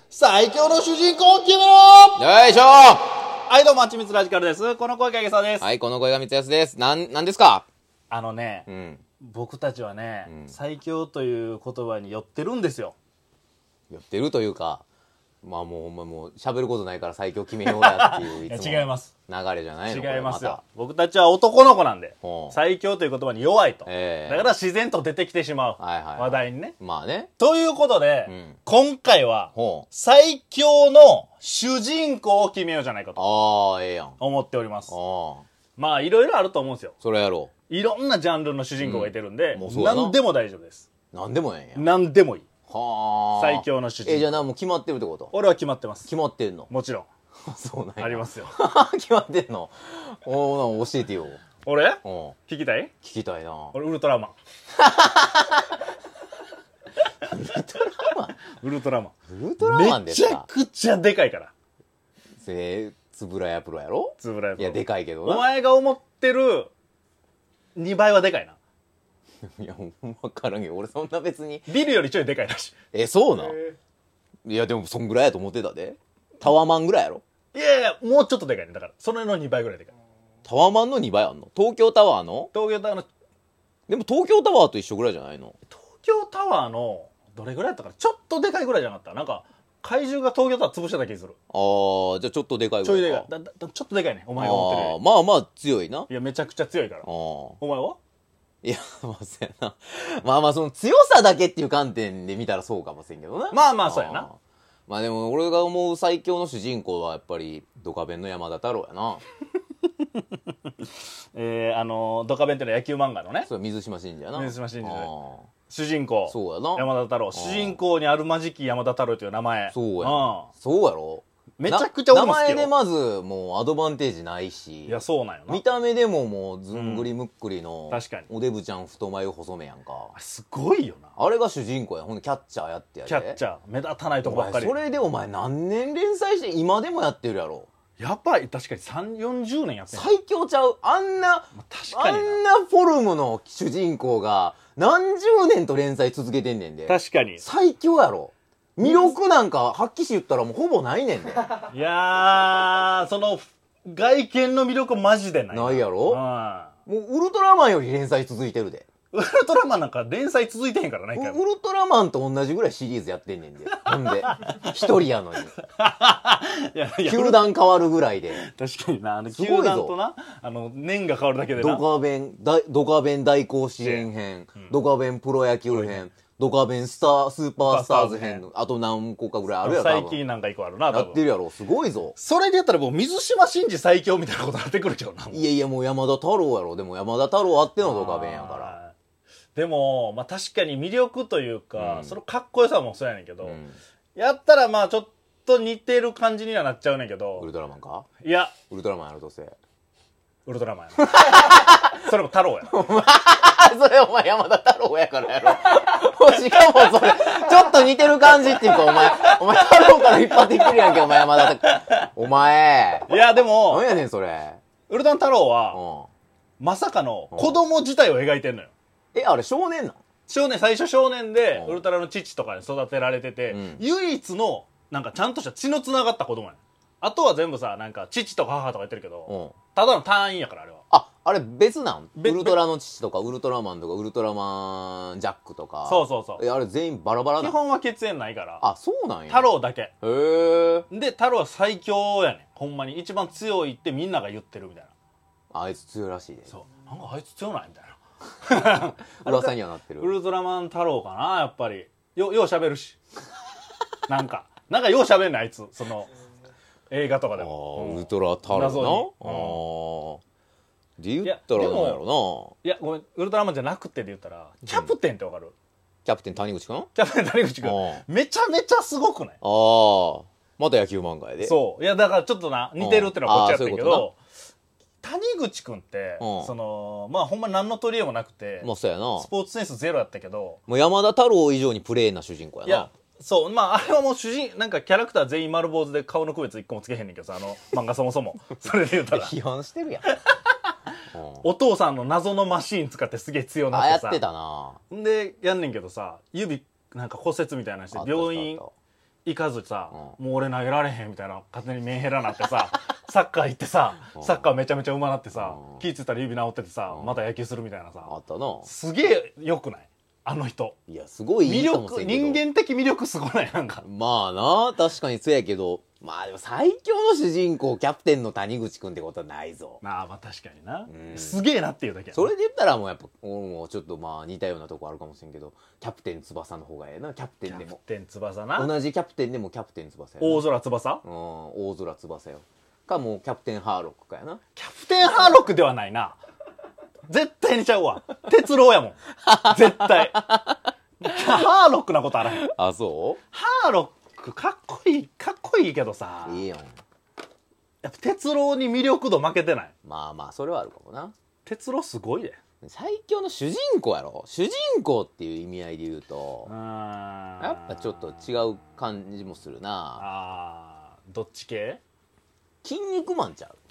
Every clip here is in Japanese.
最強の主人公を決めろ。 よいしょー。 はい、どうも、あちみつラジカルです。この声かけそうです。 はい、この声が三安です。なんですか？うん。 僕たちはね、 うん最強という言葉に寄ってるんですよ。 寄ってるというか、まあもうほんまもう喋ることないから最強決めようやっていういつもいや違います流れじゃないの？ 違いますよ。 こ僕たちは男の子なんでほ、う最強という言葉に弱いと。 ええだから自然と出てきてしまう。 はいはいはい話題にね。 れまあね。 ということで、 うん今回は、 ほう。 最強の主人公を決めようじゃないかとああ、ええやん。あ思っております。 あ。 まあ、いろいろあると思うんですよ。 それやろいろんなジャンルの主人公がいてるんで、 もうそうやな何でも大丈夫です。 う。なんでもええんや。 何でもいい。 はあ。 最強の主人公じゃあもう決まってるってこと？ 俺は決まってます。 決まってんの？ もちろん。 そうなんや。 ありますよ。 決まってんの？なんか教えてよ。 俺うん。 聞きたい？ 聞きたいな。 俺ウルトラマン。ウルトラマン。 ウルトラマンめちゃですか？ くちゃでかいから。 つぶらやプロやろ？ つぶらやいや、でかいけどおな。 前が思ってる2倍はでかいな。 いや、わからんけど、俺そんな別に。 ビルよりちょいでかいらしそうなん？いや、でもそんぐらいやと思ってたで。タワマンぐらいやろ？ い。いやいや、もうちょっとでかいね。だから、それの2倍ぐらいでかい。 タワマンの2倍あんの？東京タワーの？ 東京タワーの、 でも東京タワーと一緒ぐらいじゃないの？ 東京タワーの、どれぐらいやったかな？ちょっとでかいぐらいじゃなかった？なんか、怪獣が東京タワー潰してた気する。 あー、じゃあちょっとでかいぐらいか。 ちょいでかい。ちょっとでかいね。お前が思ってるよあー、まあまあ強いな。 り。いや、めちゃくちゃ強いから。 あー。 お前はいや、まあそうやな。まあまあその強さだけっていう観点で見たらそうかもしれんけどな。 まあまあそうやな。 まあでも俺が思う最強の主人公はやっぱりドカベンの山田太郎やな。 ドカベンってのは野球漫画のね、 それ水島新司やな。 水島新司ねあ主人公。 そうやな山田太郎。主人公にあるまじき山田太郎という名前。 ーそうやんな。そうやろ？ めちゃくちゃ俺も好きよ名前でまずもうアドバンテージないし。 いや、そうなんよな。 見た目でももうずんぐりむっくりの、 確かにおデブちゃん太眉細めやんか。 あれすごいよな。 あれが主人公や。ほんでキャッチャーやってやで。 キャッチャー。目立たないとこばっかりお。前それでお前何年連載して今でもやってるやろ？ やばい。確かに3、40年やってんの最強ちゃう？あんな、 確かにな。 あんなフォルムの主人公が何十年と連載続けてんねんで。 確かに。 最強やろ？魅力なんか発揮し言ったらもうほぼないねんで。 いやー、その、外見の魅力マジでない。 ないやろ？ うん。 もうウルトラマンより連載続いてるで。 ウルトラマンなんか連載続いてへんからないかウルトラマンと同じぐらいシリーズやってんねんで。ほんで。一人やのに。 いやいや、 球団変わるぐらいで。 確かにな、 すごいぞ球団とな、年が変わるだけでな。 ドカベン大甲子園編、ドカベンプロ野球編、ドカベンスーパースターズ編、あと何個かぐらいあるやろ、多分。 最近なんか一個あるな、 や多分。 ってるやろ、すごいぞ。 それでやったらもう水島新司最強みたいなことになってくるけどな。 いやいや、もう山田太郎やろ。でも山田太郎あってのドカベンやから。 でも、まあ確かに魅力というか、 うんそのかっこよさもそうやねんけど、 うんやったらまあちょっと似てる感じにはなっちゃうねんけウどル、トラマンか？ いや、 ウルトラマンやろ、どうせ。 ウルトラマンやな。それも太郎や。 それお前山田太郎やからやろ。しかもそれ、ちょっと似てる感じっていうか、お前太郎から引っ張ってきてるやんけ、お前山田太郎。お前。 いや、でも何、やねん、それ。 ウルトラ太郎うは、 ん。 まさかの子供自体を描いてんのよ。 あれ少年なん？ 最初少年で、 うんウルトラの父とかに育てられてて、 うん唯一の、なんかちゃんとした血の繋がった子供やねん。あとは全部さ、なんか父とか母とか言ってるけど、 うん。 ただの隊員やから、あれは。 あれ別なん？ウ別ルトラの父とか、ウルトラマンとか、ウルトラマンジャックとか。 そうそうそう。 あれ全員バラバラなん？ 基本は血縁ないから、 あ、そうなんや。 太郎だけ。 へえ。 で、太郎は最強やねん。ほんまに。一番強いってみんなが言ってるみたいな。 あいつ強いらしいで。 そう。なんかあいつ強ないみたいな。 噂にはなってる。 ウルトラマン太郎かな、やっぱり。よう喋るし。なんかよう喋んない、あいつ。その、映画とかでも。 ウルトラ太郎な。 謎にで言ったらなんやろいや、ごめん、ウルトラマンじゃなくてで言ったら、キャプテンってわかる？ な。キャプテン谷口くん？あキャプテン谷口くん。めちゃめちゃすごくない？ あ。また野球漫画やで。 そう。いや、だからちょっとな、似てるってのはこっちやったけそういうこど、谷口くんって、 うんまあほんま何の取り柄もなくて、 まあそうやな。 スポーツセンスゼロやったけど、 もう山田太郎以上にプレーな主人公やな。 いや、そう、まああれはもうなんかキャラクター全員丸坊主で顔の区別一個もつけへんねんけどさ、漫画そもそも。それで言ったら。 批判してるやん。 お父さんの謎のマシーン使ってすげえ強なってさ。 やってたな。 んで、やんねんけどさ、指なんか骨折みたいなのして、病院行かずさ、 うもう俺投げられへんみたいな勝手にメンヘラなってさサッカー行ってさサッカーめちゃめちゃうまなってさ気ぃついたら指治っててさまた野球するみたいなさあったな。 すげえよくないあの人いやすごいいいかもしれんけど。 人間的魅力すごないなんかまあな、確かにそうやけど、まあでも最強の主人公キャプテンの谷口くんってことはないぞ。 まあ確かにな、 うんすげえなっていうだけやなそれで言ったらもうやっぱ俺もちょっとまあ似たようなとこあるかもしれんけど、キャプテン翼の方がええな。キャプテンでもキャプテン翼な同じキャプテンでもキャプテン翼やな。 大空翼うん、大空翼よか、もうキャプテンハーロックかやな。 キャプテンハーロックではないな絶対にちゃうわ鉄郎やもん絶対ハーロックなことあらへんあ、そハーロックかっこいいけどさういいやん。 やっぱ鉄郎に魅力度負けてないまあまあそれはあるかもな。 鉄郎すごいで最強の主人公やろ。主人公っていう意味合いで言うとややっぱちょっと違う感じもするな。 どっち系筋肉マンちゃう。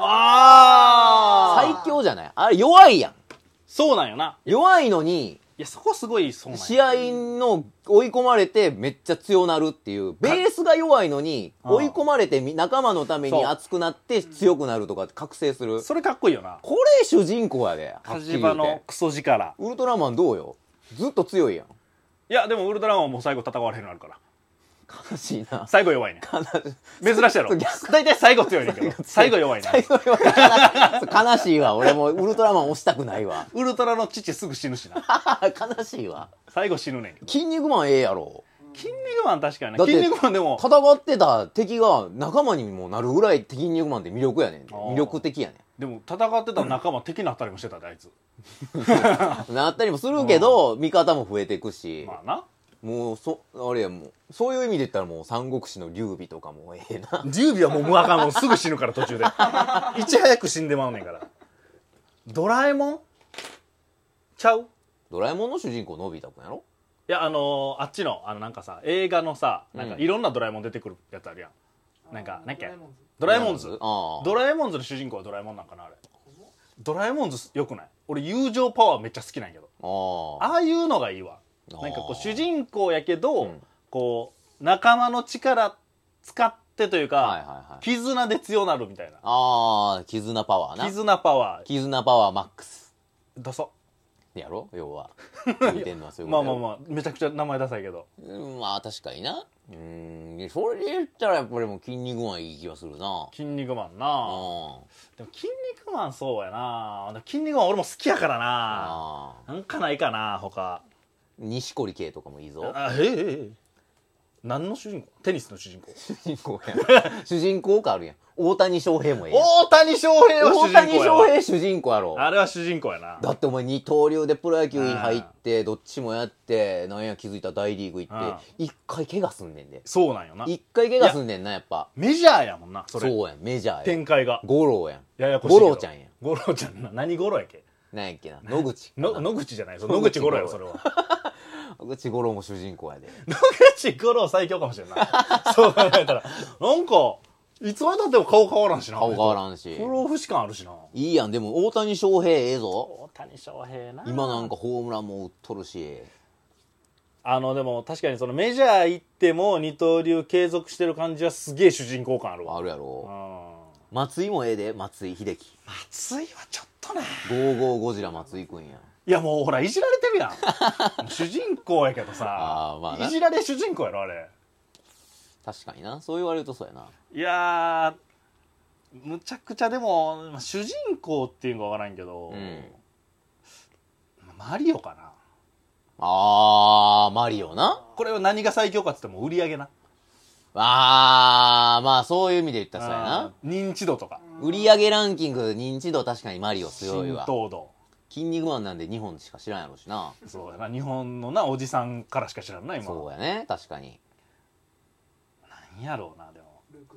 最最強じゃない。あれ弱いやん。 そうなんよな弱いのにいやそこすごいそうなんよ試合の追い込まれてめっちゃ強なるっていうベースが弱いのに追い込まれて仲間のために熱くなって強くなるとか覚醒する。 それかっこいいよなこれ主人公やで。はっき火り言うて事場のクソ力ウルトラマンどうよ。ずっと強いやん。 いやでもウルトラマンはもう最後戦われへんようになるから悲しいな。 最後弱いね悲しい。 珍しいやろ大体最後強いねんけど最後弱いね最後弱い。悲しいわ。俺もウルトラマン押したくないわ。 ウルトラの父すぐ死ぬしな悲しいわ。 最後死ぬねんけど筋肉マンええやろ。 筋肉マン確かにねだって筋肉マンでも戦ってた敵が仲間にもなるぐらい筋肉マンって魅力やねん。魅力的やねでも戦ってた仲間敵になったりもしてたであいつん。なったりもするけど味方も増えていくし、 まあなもうあれや、もうそういう意味で言ったらもう三国志の劉備とかもええな。 劉備はもう無赤もうすぐ死ぬから途中でいち早く死んでまうねんからドラえもんちゃうドラえもんの主人公のび太くんやろ。 いやあっちのなんかさ映画のさなんかいろんなドラえもん出てくるやつあるやんなんか何やっけドラえもんズああドラえもんズの主人公はドラえもんなんかなあれドラえもんズよくない俺友情パワーめっちゃ好きなんやけどあああいうのがいいわあなんかこう主人公やけど、 うんこう仲間の力使ってというか、 はいはいはい。 絆で強なるみたいなああ、絆パワーな。 絆パワー絆パワーマックス。 ダサやろ要は。言うてんのはそういうことやろ。 まあまあまあめちゃくちゃ名前ダサいけどうんまあ確かにな。それで言ったらやっぱりもう筋肉マンいい気がするな。 筋肉マンなうん。 でも筋肉マンそうやな筋肉マン俺も好きやからなああ。 なんかないかな他錦織圭とかもいいぞ。 何の主人公テニスの主人公主人公や。主人公かあるやん。大谷翔平もええやん。 大谷翔平は主大人公谷翔やわ平主人公やろ。 あれは主人公やなだってお前二刀流でプロ野球に入ってどっちもやってなんや気づいたら大リーグ行って一回怪我すんねんで。 そうなんよな一回怪我すんねんなやっぱ。 メジャーやもんなそれそうやんメジャーやん。 展開が五郎やん。 ややこしいけど五郎ちゃんやん。 五郎ちゃんな何五郎やっけなんやっけな野口野口じゃない野口五郎やそれは野口五郎も主人公やで。 野口五郎最強かもしれんないそう考えたらなんかいつまでたっても顔変わらんしな顔変わらんし不老不死感あるしないいやんでも大谷翔平ええぞ。 大谷翔平な今なんかホームランも打っとるし。 でも確かにそのメジャー行っても二刀流継続してる感じはすげえ主人公感あるわあるやうろ。 ん松井もええで松井秀喜。 松井はちょっとな 55ゴジラ松井くんや。 いやもうほらいじられてるやん主人公やけどさあーまあないじられ主人公やろあれ確かにな。そう言われるとそうやな。 いやーむちゃくちゃでも主人公っていうのかわからんけど、 うんマリオかなあーマリオな。 これは何が最強かっつっても売り上げなあーまあそういう意味で言ったらそうやな。 認知度とか売上ランキング認知度確かにマリオ強い浸わ。 透度筋肉マンなんで日本しか知らんやろしな。 そうやな日本のなおじさんからしか知らんな今そうやね確かに。 何やろうなでも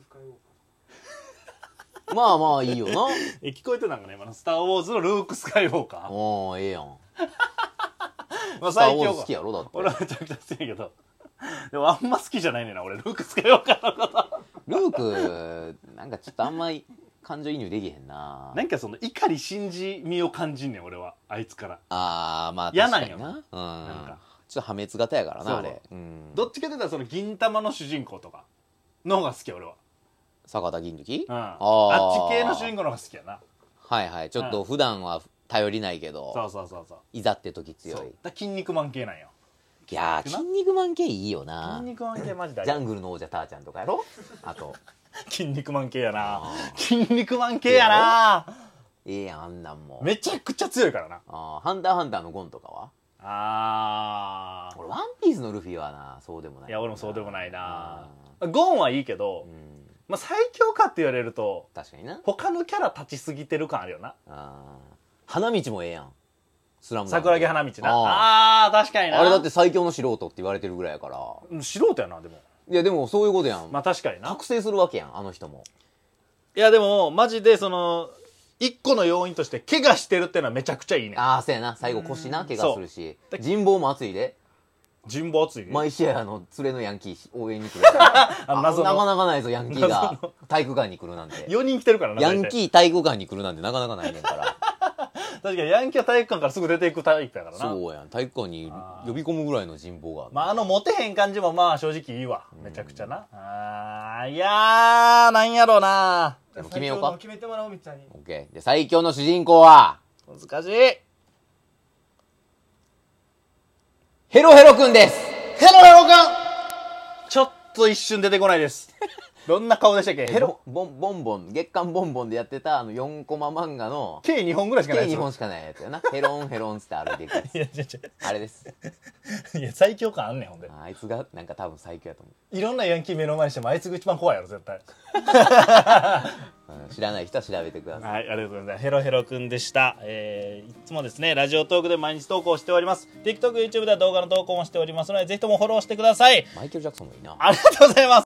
まあまあいいよな。 聞こえてたんかね今の「スター・ウォーズ」のルーク・スカイウォーカーおーええやん。 まあスター・ウォー最強かズ好きやろだって。 俺はめちゃくちゃ好きやけどでもあんま好きじゃないねんな俺ルーク・スカイウォーカーのことルークなんかちょっとあんまり感情移入できへんな。 なんかその怒り信じみを感じんねん俺はあいつからあーまあ嫌なんよ確かにな。うんなんかちょっと破滅型やからそうなあれ、うん、 どっちかというとその銀玉の主人公とかの方が好き俺は、 坂田銀時、 あっち系の主人公の方が好きやな。 はいはい、ちょっと普段は頼りないけど、 そういざって時強い。 だ筋肉マン系なんよ。 いやー、筋肉マン系いいよな。 筋肉マン系マジでジャングルの王者ターちゃんとかやろ。あと筋肉マン系やな。筋肉マン系やな。 ええやん、あんなんもめちゃくちゃ強いからな。 ハンターハンターのゴンとかは俺ワンピースのルフィはな、そうでもない。 いや俺もそうでもないな。ゴンはいいけど、まあ最強かって言われると確かにな、 他のキャラ立ちすぎてる感あるよな。 花道もええやん、スラム桜木花道な。確かにな。 あれだって最強の素人って言われてるぐらいやから。 素人やな。でもいやでもそういうことやん。 まあ確かにな。 覚醒するわけやん、あの人も。 いやでもマジでその一個の要因として怪我してるってのはめちゃくちゃいいね。 そうやな、最後腰な怪我するし、人望も厚いで。 人望厚いね。 毎試合連れのヤンキー応援に来る謎のなかなかないぞ、ヤンキーが体育館に来るなんて。 4人来てるからな。 ヤンキー体育館に来るなんてなかなかないねんから確かにヤンキーは体育館からすぐ出ていくタイプやからな。 そうやん、体育館に呼び込むぐらいの人望がある。 まあモテへん感じもまあ正直いいわ。めちゃくちゃな。いやーなんやろうな。 でも決めようか。 決めてもらおうみたいに。 オッケー。で最強の主人公は難しい。 ヘロヘロくんです。 ヘロヘロくんちょっと一瞬出てこないです。どんな顔でしたっけ？ヘロボンボン、月刊ボンボンでやってた4コマ漫画の計2本ぐらいしかないやつ。 計2本しかないやつやな。ヘロンヘロンって歩いていくやつ。 いやあれです。 いや最強感あんねんほんで。 あいつがなんか多分最強やと思いろんなヤンキー目の前にしてもあいつが一番怖いやろ絶対。 う。知らない人は調べてください。 はい、ありがとうございます。ヘロヘロくんでした。いつもですね、ラジオトークで毎日投稿しております。TikTok、YouTube では動画の投稿もしておりますので、ぜひともフォローしてください。 マイケル・ジャクソンもいいな。 ありがとうございます。